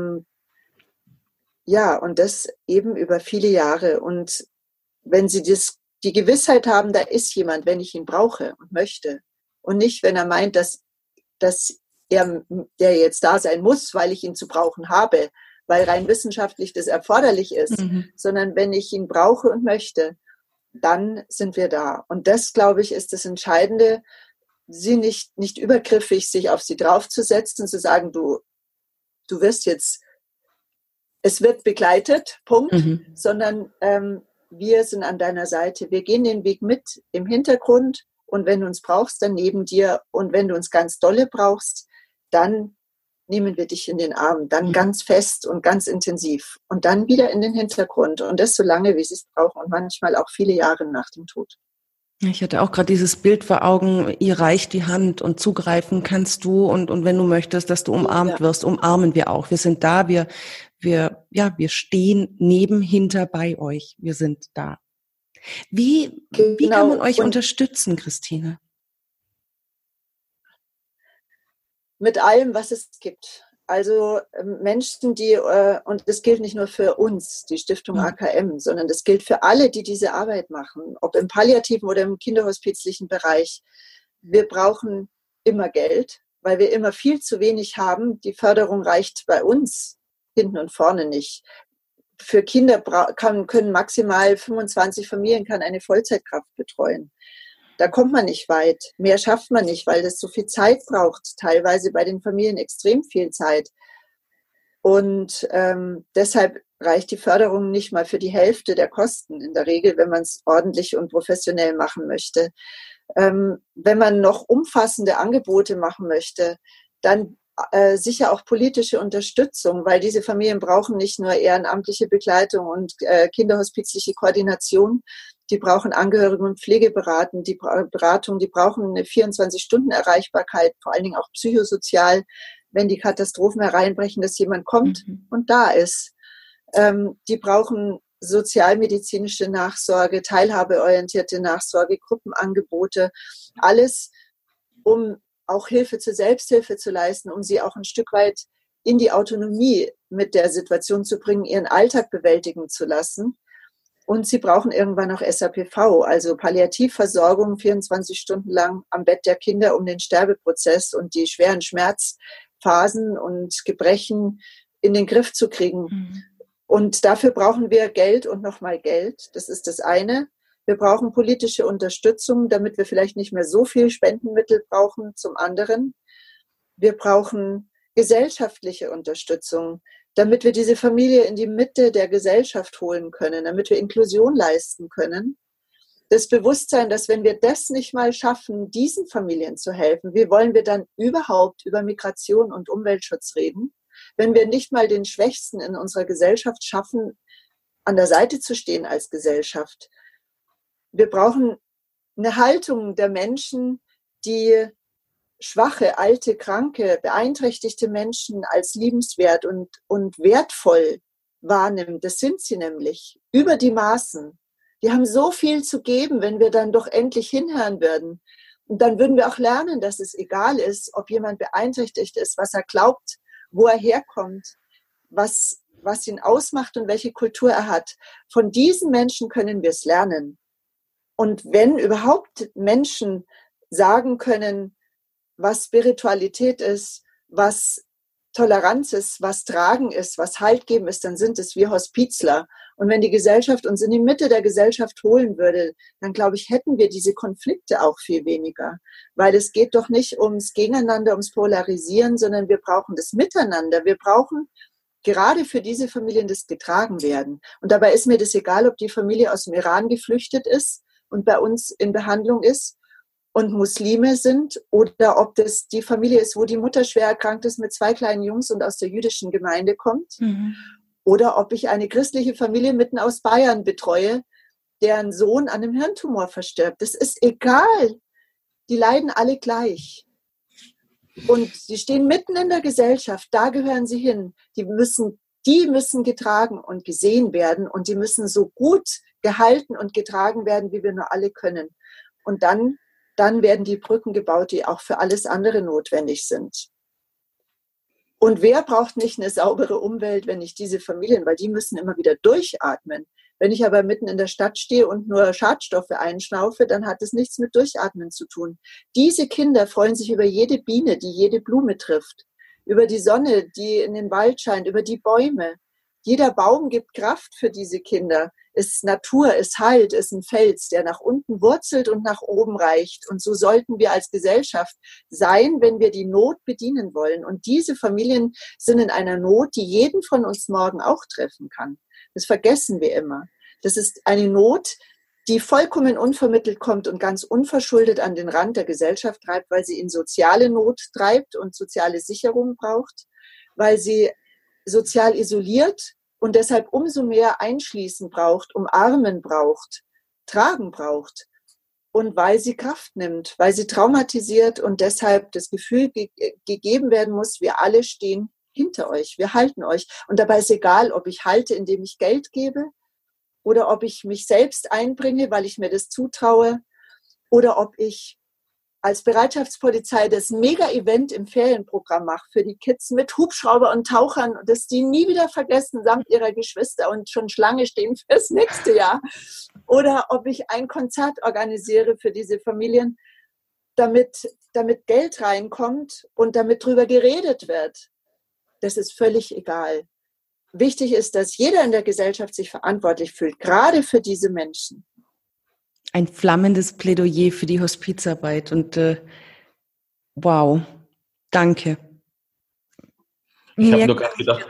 und das eben über viele Jahre. Und wenn sie die Gewissheit haben, da ist jemand, wenn ich ihn brauche und möchte. Und nicht, wenn er meint, dass der jetzt da sein muss, weil ich ihn zu brauchen habe, weil rein wissenschaftlich das erforderlich ist, sondern wenn ich ihn brauche und möchte, dann sind wir da. Und das, glaube ich, ist das Entscheidende, sie nicht übergriffig, sich auf sie draufzusetzen, zu sagen, du wirst jetzt, es wird begleitet, Punkt, sondern wir sind an deiner Seite. Wir gehen den Weg mit im Hintergrund und wenn du uns brauchst, dann neben dir und wenn du uns ganz dolle brauchst, dann nehmen wir dich in den Arm, dann ganz fest und ganz intensiv und dann wieder in den Hintergrund und das so lange, wie sie es brauchen und manchmal auch viele Jahre nach dem Tod.
Ich hatte auch gerade dieses Bild vor Augen, ihr reicht die Hand und zugreifen kannst du und wenn du möchtest, dass du umarmt wirst, umarmen wir auch. Wir sind da, wir stehen hinter bei euch, wir sind da. Wie kann man euch unterstützen, Christine?
Mit allem, was es gibt. Also Menschen, und das gilt nicht nur für uns, die Stiftung AKM, sondern das gilt für alle, die diese Arbeit machen, ob im palliativen oder im kinderhospizlichen Bereich. Wir brauchen immer Geld, weil wir immer viel zu wenig haben. Die Förderung reicht bei uns hinten und vorne nicht. Für Kinder können maximal 25 Familien kann eine Vollzeitkraft betreuen. Da kommt man nicht weit. Mehr schafft man nicht, weil das so viel Zeit braucht. Teilweise bei den Familien extrem viel Zeit. Und deshalb reicht die Förderung nicht mal für die Hälfte der Kosten in der Regel, wenn man es ordentlich und professionell machen möchte. Wenn man noch umfassende Angebote machen möchte, dann sicher auch politische Unterstützung, weil diese Familien brauchen nicht nur ehrenamtliche Begleitung und kinderhospizliche Koordination, die brauchen Angehörige- und Pflegeberatung, die brauchen eine 24-Stunden-Erreichbarkeit, vor allen Dingen auch psychosozial, wenn die Katastrophen hereinbrechen, dass jemand kommt und da ist. Die brauchen sozialmedizinische Nachsorge, teilhabeorientierte Nachsorge, Gruppenangebote, alles, um auch Hilfe zur Selbsthilfe zu leisten, um sie auch ein Stück weit in die Autonomie mit der Situation zu bringen, ihren Alltag bewältigen zu lassen. Und sie brauchen irgendwann auch SAPV, also Palliativversorgung 24 Stunden lang am Bett der Kinder, um den Sterbeprozess und die schweren Schmerzphasen und Gebrechen in den Griff zu kriegen. Und dafür brauchen wir Geld und nochmal Geld. Das ist das eine. Wir brauchen politische Unterstützung, damit wir vielleicht nicht mehr so viel Spendenmittel brauchen. Zum anderen, wir brauchen gesellschaftliche Unterstützung, damit wir diese Familie in die Mitte der Gesellschaft holen können, damit wir Inklusion leisten können. Das Bewusstsein, dass wenn wir das nicht mal schaffen, diesen Familien zu helfen, wie wollen wir dann überhaupt über Migration und Umweltschutz reden, wenn wir nicht mal den Schwächsten in unserer Gesellschaft schaffen, an der Seite zu stehen als Gesellschaft. Wir brauchen eine Haltung der Menschen, die schwache, alte, kranke, beeinträchtigte Menschen als liebenswert und wertvoll wahrnimmt. Das sind sie nämlich, über die Maßen. Die haben so viel zu geben, wenn wir dann doch endlich hinhören würden. Und dann würden wir auch lernen, dass es egal ist, ob jemand beeinträchtigt ist, was er glaubt, wo er herkommt, was ihn ausmacht und welche Kultur er hat. Von diesen Menschen können wir es lernen. Und wenn überhaupt Menschen sagen können, was Spiritualität ist, was Toleranz ist, was Tragen ist, was Halt geben ist, dann sind es wir Hospizler. Und wenn die Gesellschaft uns in die Mitte der Gesellschaft holen würde, dann glaube ich, hätten wir diese Konflikte auch viel weniger. Weil es geht doch nicht ums Gegeneinander, ums Polarisieren, sondern wir brauchen das Miteinander. Wir brauchen gerade für diese Familien das getragen werden. Und dabei ist mir das egal, ob die Familie aus dem Iran geflüchtet ist und bei uns in Behandlung ist und Muslime sind oder ob das die Familie ist, wo die Mutter schwer erkrankt ist mit 2 kleinen Jungs und aus der jüdischen Gemeinde kommt. Oder ob ich eine christliche Familie mitten aus Bayern betreue, deren Sohn an einem Hirntumor verstirbt. Das ist egal. Die leiden alle gleich. Und sie stehen mitten in der Gesellschaft. Da gehören sie hin. Die müssen getragen und gesehen werden. Und die müssen so gut gehalten und getragen werden, wie wir nur alle können. Und dann werden die Brücken gebaut, die auch für alles andere notwendig sind. Und wer braucht nicht eine saubere Umwelt, wenn nicht diese Familien, weil die müssen immer wieder durchatmen. Wenn ich aber mitten in der Stadt stehe und nur Schadstoffe einschnaufe, dann hat es nichts mit Durchatmen zu tun. Diese Kinder freuen sich über jede Biene, die jede Blume trifft, über die Sonne, die in den Wald scheint, über die Bäume. Jeder Baum gibt Kraft für diese Kinder. Ist Natur, ist Halt, ist ein Fels, der nach unten wurzelt und nach oben reicht. Und so sollten wir als Gesellschaft sein, wenn wir die Not bedienen wollen. Und diese Familien sind in einer Not, die jeden von uns morgen auch treffen kann. Das vergessen wir immer. Das ist eine Not, die vollkommen unvermittelt kommt und ganz unverschuldet an den Rand der Gesellschaft treibt, weil sie in soziale Not treibt und soziale Sicherung braucht, weil sie sozial isoliert und deshalb umso mehr einschließen braucht, umarmen braucht, tragen braucht und weil sie Kraft nimmt, weil sie traumatisiert und deshalb das Gefühl gegeben werden muss, wir alle stehen hinter euch, wir halten euch. Und dabei ist egal, ob ich halte, indem ich Geld gebe oder ob ich mich selbst einbringe, weil ich mir das zutraue oder ob ich als Bereitschaftspolizei das Mega-Event im Ferienprogramm mache für die Kids mit Hubschrauber und Tauchern, das die nie wieder vergessen, samt ihrer Geschwister und schon Schlange stehen fürs nächste Jahr. Oder ob ich ein Konzert organisiere für diese Familien, damit Geld reinkommt und damit drüber geredet wird. Das ist völlig egal. Wichtig ist, dass jeder in der Gesellschaft sich verantwortlich fühlt, gerade für diese Menschen.
Ein flammendes Plädoyer für die Hospizarbeit und wow, danke.
Ich habe nur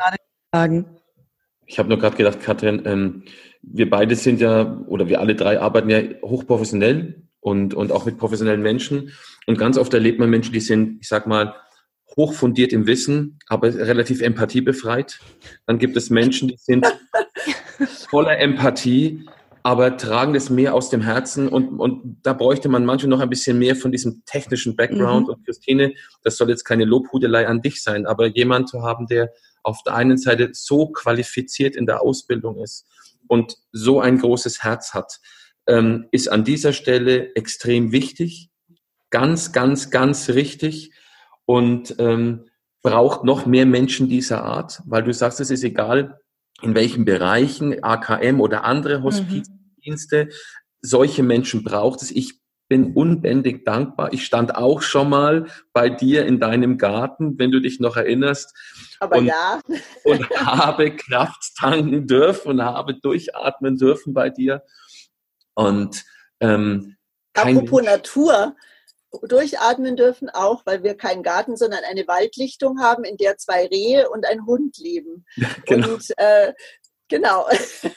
gerade gedacht, Katrin, wir beide sind ja, oder wir alle drei arbeiten ja hochprofessionell und auch mit professionellen Menschen. Und ganz oft erlebt man Menschen, die sind, ich sag mal, hochfundiert im Wissen, aber relativ empathiebefreit. Dann gibt es Menschen, die sind voller Empathie, aber tragen das mehr aus dem Herzen und da bräuchte man manchmal noch ein bisschen mehr von diesem technischen Background. Und Christine, das soll jetzt keine Lobhudelei an dich sein, aber jemand zu haben, der auf der einen Seite so qualifiziert in der Ausbildung ist und so ein großes Herz hat, ist an dieser Stelle extrem wichtig, ganz, ganz, ganz richtig und braucht noch mehr Menschen dieser Art, weil du sagst, es ist egal, in welchen Bereichen, AKM oder andere Hospizdienste, solche Menschen braucht es. Ich bin unbändig dankbar. Ich stand auch schon mal bei dir in deinem Garten, wenn du dich noch erinnerst.
Aber
und habe Kraft tanken dürfen und habe durchatmen dürfen bei dir. Und
apropos Natur, durchatmen dürfen auch, weil wir keinen Garten, sondern eine Waldlichtung haben, in der 2 Rehe und ein Hund leben.
Genau.
Und genau.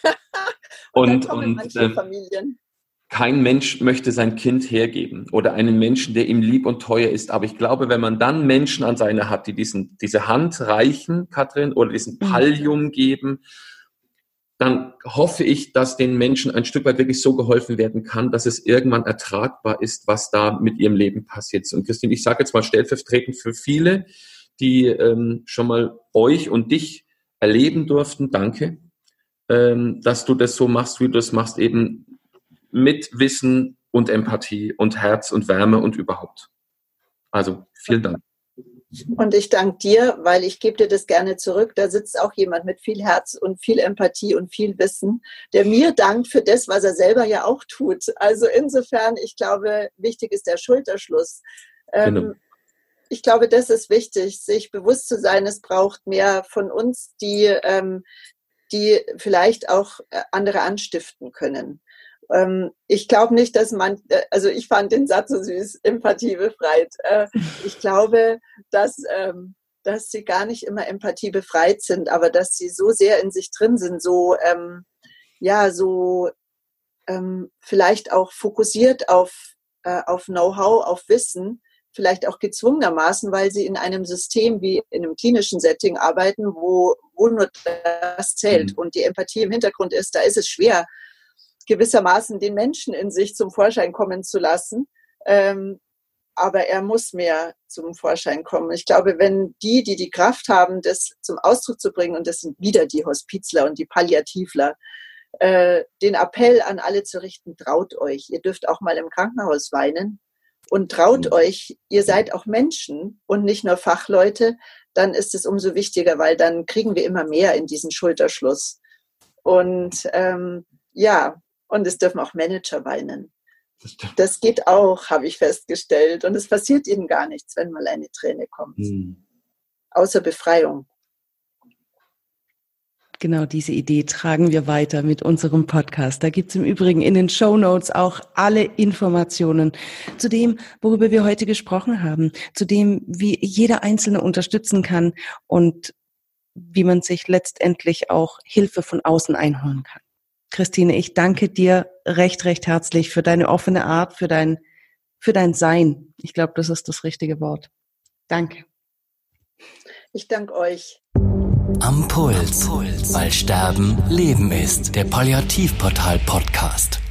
und dann kommen manche Familien.
Kein Mensch möchte sein Kind hergeben oder einen Menschen, der ihm lieb und teuer ist. Aber ich glaube, wenn man dann Menschen an seiner hat, die diese Hand reichen, Katrin, oder diesen Pallium geben, dann hoffe ich, dass den Menschen ein Stück weit wirklich so geholfen werden kann, dass es irgendwann ertragbar ist, was da mit ihrem Leben passiert. Und Christine, ich sage jetzt mal stellvertretend für viele, die schon mal euch und dich erleben durften, danke, dass du das so machst, wie du es machst, eben mit Wissen und Empathie und Herz und Wärme und überhaupt. Also vielen Dank.
Und ich danke dir, weil ich gebe dir das gerne zurück. Da sitzt auch jemand mit viel Herz und viel Empathie und viel Wissen, der mir dankt für das, was er selber ja auch tut. Also insofern, ich glaube, wichtig ist der Schulterschluss.
Genau.
Ich glaube, das ist wichtig, sich bewusst zu sein, es braucht mehr von uns, die vielleicht auch andere anstiften können. Ich glaube nicht, dass also ich fand den Satz so süß, empathiebefreit. Ich glaube, dass sie gar nicht immer empathiebefreit sind, aber dass sie so sehr in sich drin sind, vielleicht auch fokussiert auf Know-how, auf Wissen, vielleicht auch gezwungenermaßen, weil sie in einem System wie in einem klinischen Setting arbeiten, wo nur das zählt und die Empathie im Hintergrund ist, da ist es schwer, gewissermaßen den Menschen in sich zum Vorschein kommen zu lassen. Aber er muss mehr zum Vorschein kommen. Ich glaube, wenn die Kraft haben, das zum Ausdruck zu bringen, und das sind wieder die Hospizler und die Palliativler, den Appell an alle zu richten, traut euch. Ihr dürft auch mal im Krankenhaus weinen und traut euch, ihr seid auch Menschen und nicht nur Fachleute, dann ist es umso wichtiger, weil dann kriegen wir immer mehr in diesen Schulterschluss. Und und es dürfen auch Manager weinen. Das geht auch, habe ich festgestellt. Und es passiert ihnen gar nichts, wenn mal eine Träne kommt. Außer Befreiung.
Genau diese Idee tragen wir weiter mit unserem Podcast. Da gibt es im Übrigen in den Shownotes auch alle Informationen zu dem, worüber wir heute gesprochen haben, zu dem, wie jeder Einzelne unterstützen kann und wie man sich letztendlich auch Hilfe von außen einholen kann. Christine, ich danke dir recht herzlich für deine offene Art, für dein Sein. Ich glaube, das ist das richtige Wort. Danke.
Ich danke euch.
Am Puls, weil Sterben Leben ist. Der Palliativportal Podcast.